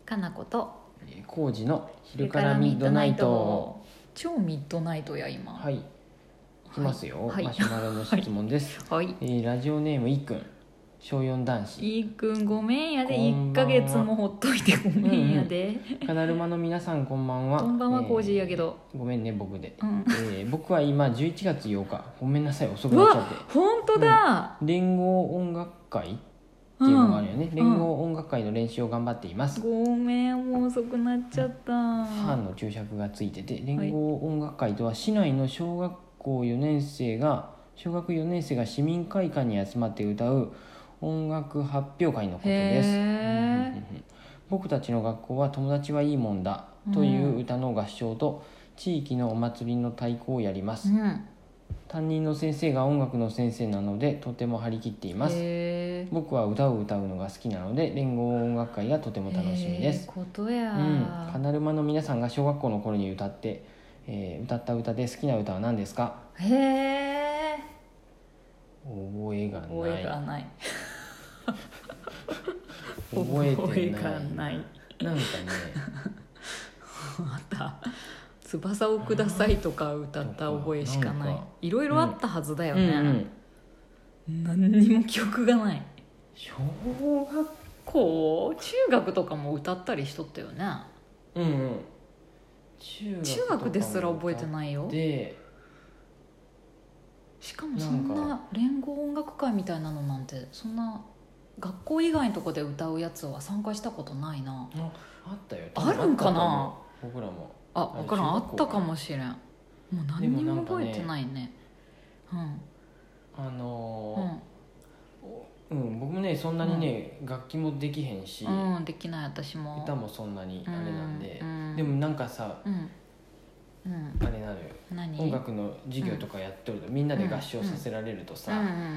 かなことコウジの昼からミッドナイト。 超ミッドナイトや今。 はい、いきますよ、 はいマシュマロの質問です、 はい。 ラジオネームいっくん、小4男子。 いいくんごめんやで、 こん 1 ばんはヶ月もほっといてごめんやで。 カナルマの皆さんこんばんは。 こんばんは、コージーやけど。 ごめんね僕で、 うん。 僕は今11月8日、ごめんなさい遅くうなっちゃっわ、本当だ。 連合音楽会っていうのがあるよね、連合音楽会の練習を頑張っています。 ごめん、もう遅くなっちゃった。 班の注釈がついてて、連合音楽会とは市内の小学4年生が市民会館に集まって歌う音楽発表会のことです。僕たちの学校は友達はいいもんだという歌の合唱と地域のお祭りの太鼓をやります、担任の先生が音楽の先生なのでとても張り切っています。僕は歌を歌うのが好きなので連合音楽会がとても楽しみです。 ことや。 カナルマの皆さんが小学校の頃に歌った歌で好きな歌は何ですか？ へえ。 覚えがない。 覚えがない。 覚えてない。 覚えがない。 なんかねあった翼をくださいとか歌った覚えしかない。いろいろあったはずだよね、何にも記憶がない。 小学校中学とかも歌ったりしとったよね。中学ですら覚えてないよ。しかもそんな連合音楽会みたいなのなんて、そんな学校以外のとこで歌うやつは参加したことないな。 あったよ。 あるんかな。 僕らも分からん、あったかもしれん。もう何にも覚えてないね。 僕もねそんなにね、楽器もできへんし、 できない私も。 歌もそんなにあれなんで、でもなんかさ、あれなのよ、音楽の授業とかやってると、みんなで合唱させられるとさ、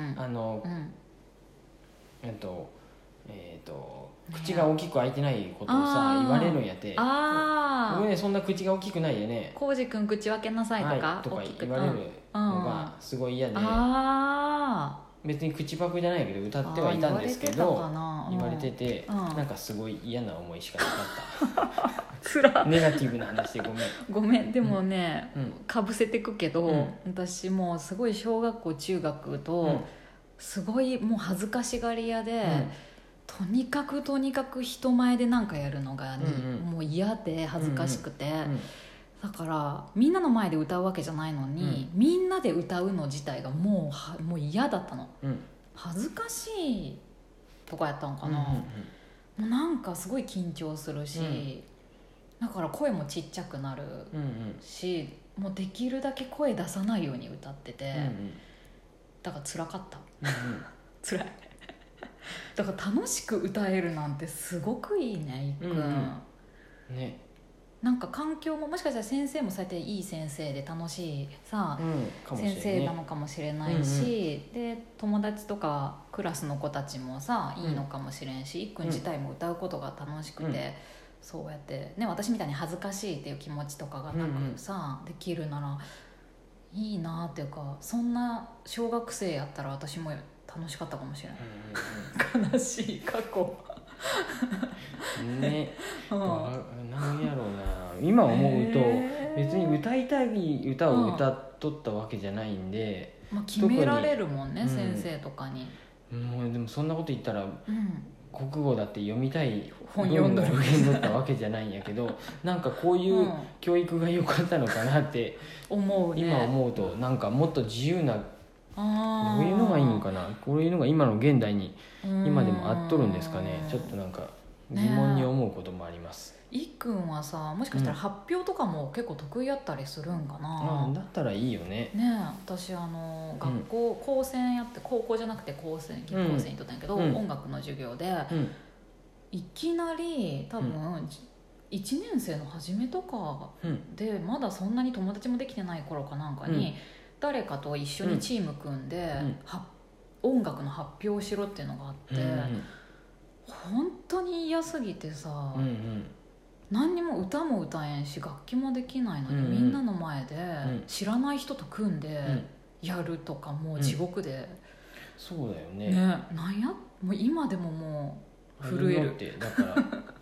口が大きく開いてないことをさ言われるんやって。僕ねそんな口が大きくないでね、 コウジ君口開けなさいとか、 とか言われるのがすごい嫌で、別に口パクじゃないけど歌ってはいたんですけど、言われてて、なんかすごい嫌な思いしかなかったネガティブな話でごめん。 でもね、かぶせてくけど、私もうすごい小学校中学とすごいもう恥ずかしがり屋で、とにかく人前で何かやるのが、もう嫌で恥ずかしくて、だからみんなの前で歌うわけじゃないのに、みんなで歌うの自体がもう嫌だったの、恥ずかしいとかやったのかな、もうなんかすごい緊張するし、だから声もちっちゃくなるし、もうできるだけ声出さないように歌ってて、だから辛かった、辛いだから楽しく歌えるなんてすごくいいね、いっくん、 ね。 なんか環境ももしかしたら先生もそうやっていい先生で楽しいさ、先生なのかもしれないし、で友達とかクラスの子たちもさいいのかもしれんし、いっくん自体も歌うことが楽しくて、そうやってね、私みたいに恥ずかしいっていう気持ちとかがなくさ、できるならいいなっていうか、そんな小学生やったら私も楽しかったかもしれない、悲しい過去ね、なんやろうな、今思うと別に歌いたい歌を歌っとったわけじゃないんで、 決められるもんね、先生とかに。 もうでもそんなこと言ったら、国語だって読みたい本読んどったわけじゃないんやけど、なんかこういう教育が良かったのかなって思うね。 今思うと、なんかもっと自由な、どういうのがいいのかな、こういうのが今の現代に今でも合っとるんですかね、ちょっとなんか疑問に思うこともあります。 いっくんはさ、もしかしたら発表とかも結構得意やったりするんかな。 だったらいいよね。 私学校高専やって、高校じゃなくて高専高専にとったんやけど、音楽の授業で、いきなり多分1年生の初めとかで、まだそんなに友達もできてない頃かなんかに、誰かと一緒にチーム組んで、音楽の発表をしろっていうのがあって、本当に嫌すぎてさ、何にも歌も歌えんし楽器もできないのに、みんなの前で知らない人と組んでやるとか、もう地獄で、 そうだよね。 なんやもう今でももう震える。 だから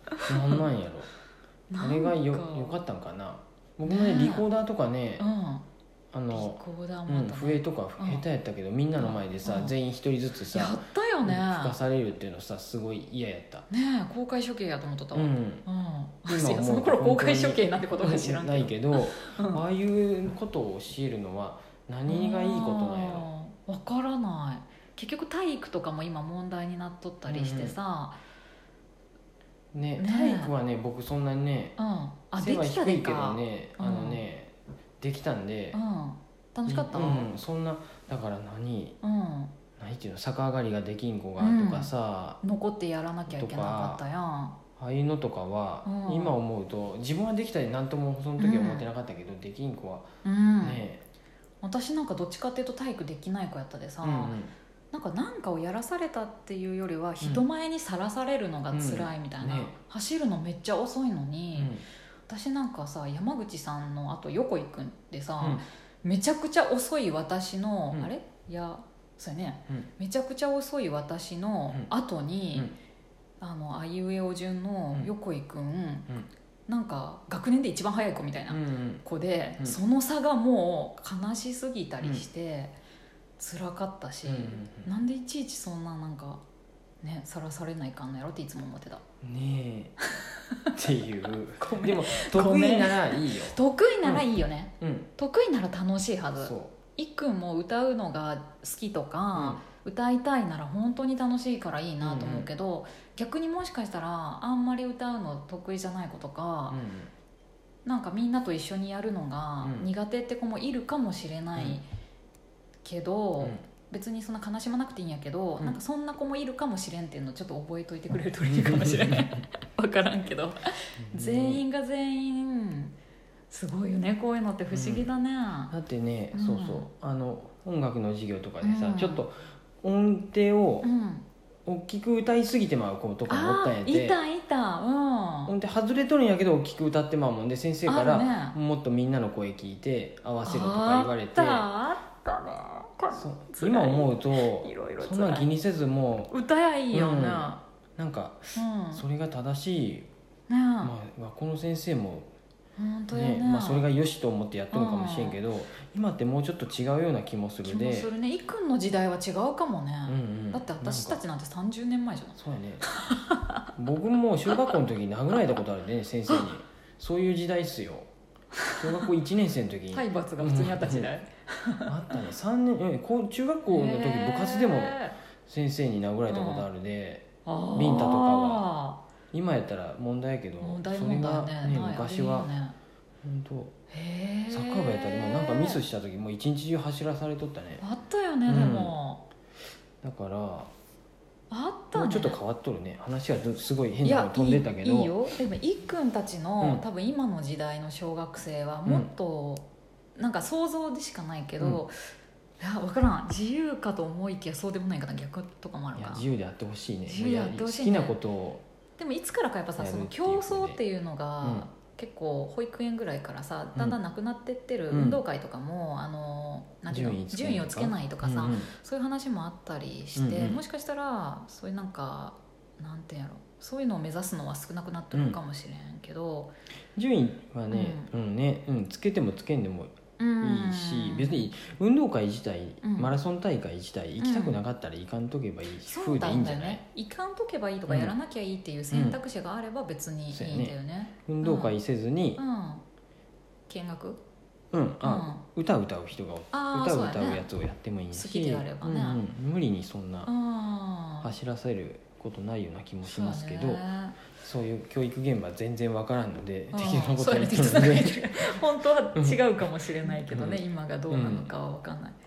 なんなんやろなんかあれがよかったんかな。僕もねリコーダーとかね、 リコーダーもあったね、 笛とか下手やったけど、みんなの前でさ、全員一人ずつさやったよね、 吹かされるっていうのさすごい嫌やったねえ公開処刑やと思っとったわ、 今いやその頃公開処刑なんて言葉知らんけどないけど、ああいうことを教えるのは何がいいことなんやろ。 分からない。結局体育とかも今問題になっとったりしてさ、 ね、体育はね僕そんなにね、背は低いけどね、できたんで、 楽しかった、 そんなだから何ていうの逆上がりができん子がとかさ、 残ってやらなきゃいけなかったやん。 ああいうのとかは、今思うと自分はできたり何ともその時は思ってなかったけど、できん子はね、 私なんかどっちかっていうと体育できない子やったでさ、なんかをやらされたっていうよりは人前にさらされるのが辛いみたいな、走るのめっちゃ遅いのに、私なんかさ山口さんのあと横井くんでさ、めちゃくちゃ遅い私の、あれいやそうやね、めちゃくちゃ遅い私の後に、あいうえお順の横井くん、なんか学年で一番早い子みたいな子で、その差がもう悲しすぎたりして辛かったし、なんでいちいちそんななんかねさらされないかんのやろっていつも思ってたねえっていうでも得意ならいいよ、 得意ならいいよね、得意なら楽しいはず。 そういっくんも歌うのが好きとか、歌いたいなら本当に楽しいからいいなと思うけど、逆にもしかしたらあんまり歌うの得意じゃない子とか、なんかみんなと一緒にやるのが苦手って子もいるかもしれないけど、別にそんな悲しまなくていいんやけど、なんかそんな子もいるかもしれんっていうのをちょっと覚えといてくれるといいかもしれない分からんけど、全員が全員すごいよね、こういうのって不思議だね、 だってね、そうそう音楽の授業とかでさ、ちょっと音程を大きく歌いすぎてまう子とかもおったんやって、 いた、 音程外れとるんやけど大きく歌ってまうもんで、先生からもっとみんなの声聞いて合わせろとか言われて、 あったね。 今思うとそんな気にせずもう歌やいいよね、 なんかそれが正しい、学校の先生も本当やね、 それがよしと思ってやってるのかもしれんけど、今ってもうちょっと違うような気もするで、 するね。いくんの時代は違うかもね、だって私たちなんて30年前じゃん。 そうやね僕も小学校の時に殴られたことあるね先生にそういう時代っすよ。小学校1年生の時に体罰が普通にあった時代あったね。3年中学校の時部活でも先生に殴られたことあるで、ビンタとかは今やったら問題やけど、それがね昔は本当サッカー部やったらなんかミスした時もう一日中走らされとったね。 あったよね、でもだからあったね。 もうちょっと変わっとるね。話はすごい変なの飛んでたけど、 いいよ。でもいっくんたちの、多分今の時代の小学生はもっと、なんか想像でしかないけど、いや分からん、自由かと思いきやそうでもないかな、逆とかもあるかな。 いや自由であってほしいね。 自由であってほしいね。 好きなことをでもいつからかやっぱさ、その競争っていうのが、結構保育園ぐらいからさだんだんなくなってってる、運動会とかもなんていうの順位をつけないとかさ、そういう話もあったりして、もしかしたらそういうなんかなんていうんやろ、そういうのを目指すのは少なくなってるかもしれんけど、 順位はね、つけてもつけんでもいいし、別に運動会自体、マラソン大会自体行きたくなかったら行かんとけばいいし、風でいいんじゃない？ 行かんとけばいいとか、やらなきゃいいっていう選択肢があれば別にいいんだよね。 運動会せずに見学、 歌う人が歌うやつをやってもいいし、 好きであればね、 無理にそんな走らせることないような気もしますけど、そういう教育現場全然わからんので適当なこと言ってるので本当は違うかもしれないけどね、今がどうなのかはわかんない。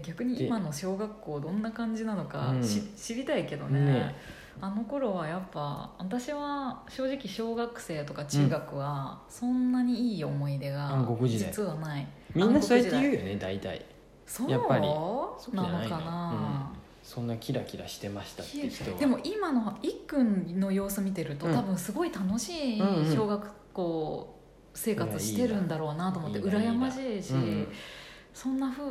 逆に今の小学校どんな感じなのか知りたいけどね。あの頃はやっぱ私は正直小学生とか中学はそんなにいい思い出が実はない。 みんなそうやって言うよね、大体。 そうやっぱりなのかな、 そんなキラキラしてましたって人は。 でも今のいっくんの様子見てると、多分すごい楽しい小学校生活してるんだろうなと思って、羨ましいし、そんな風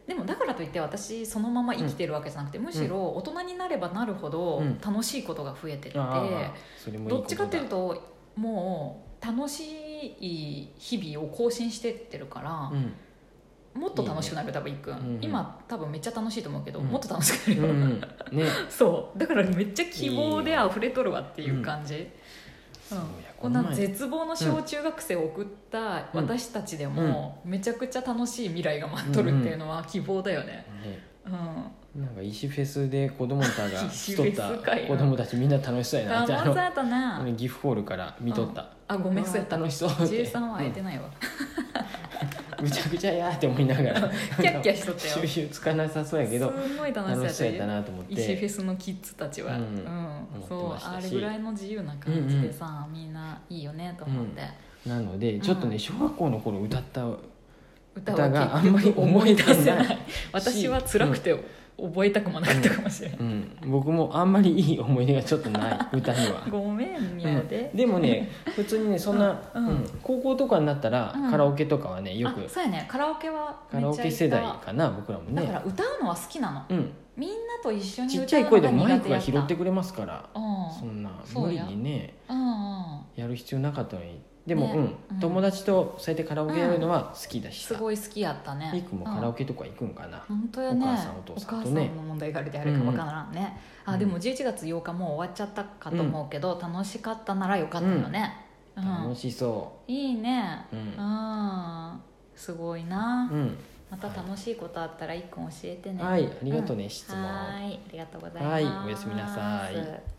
でもだからといって私そのまま生きてるわけじゃなくて、むしろ大人になればなるほど楽しいことが増えてって、 それもいいどっちかっていうともう楽しい日々を更新してってるから、もっと楽しくなる。多分いっくん、今多分めっちゃ楽しいと思うけど、もっと楽しくなるよ、ね、そうだからめっちゃ希望で溢れとるわっていう感じ。こんな絶望の小中学生を送った私たちでもめちゃくちゃ楽しい未来が待っとるっていうのは希望だよね。 なんか石フェスで子供たちがしとった子供たちみんな楽しそうやなって、 楽しそうやったね。 ギフホールから見とった、 あ、ごめん、そうやった。 楽しそうって J さんは会えてないわ、 むちゃくちゃやーって思いながらキャッキャしとったよ。 収集つかなさそうやけどすごい楽しそうやったなと思って石フェスのキッズたちは、そうあれぐらいの自由な感じでさ、みんないいよねと思って、 なのでちょっとね、小学校の頃歌った歌があんまり思い出せない私は辛くて覚えたくもなかったかもしれない、 僕もあんまりいい思い出がちょっとない歌にはごめんよで、 でもね普通にねそんな、高校とかになったら、カラオケとかはねよく、 そうやね、カラオケはカラオケ世代かな、僕らもね。 だから歌うのは好きなの、みんなと一緒にちっちゃい歌うの声でもマイクが苦手やった。 が拾ってくれますから、そんな無理にねやる必要なかったのに。でも、友達とそうやってカラオケやるのは好きだしさ、 すごい好きやったね。 いくもカラオケとか行くんかな、 本当やね、 お母さんお父さんとね。 お母さんの問題があるであるかわからんね、でも11月8日もう終わっちゃったかと思うけど、楽しかったならよかったよね、 楽しそう、いいね、すごいな、また楽しいことあったら一個教えてね。 はい、ありがとうね、質問。 はい、ありがとうございます。 はい、おやすみなさい。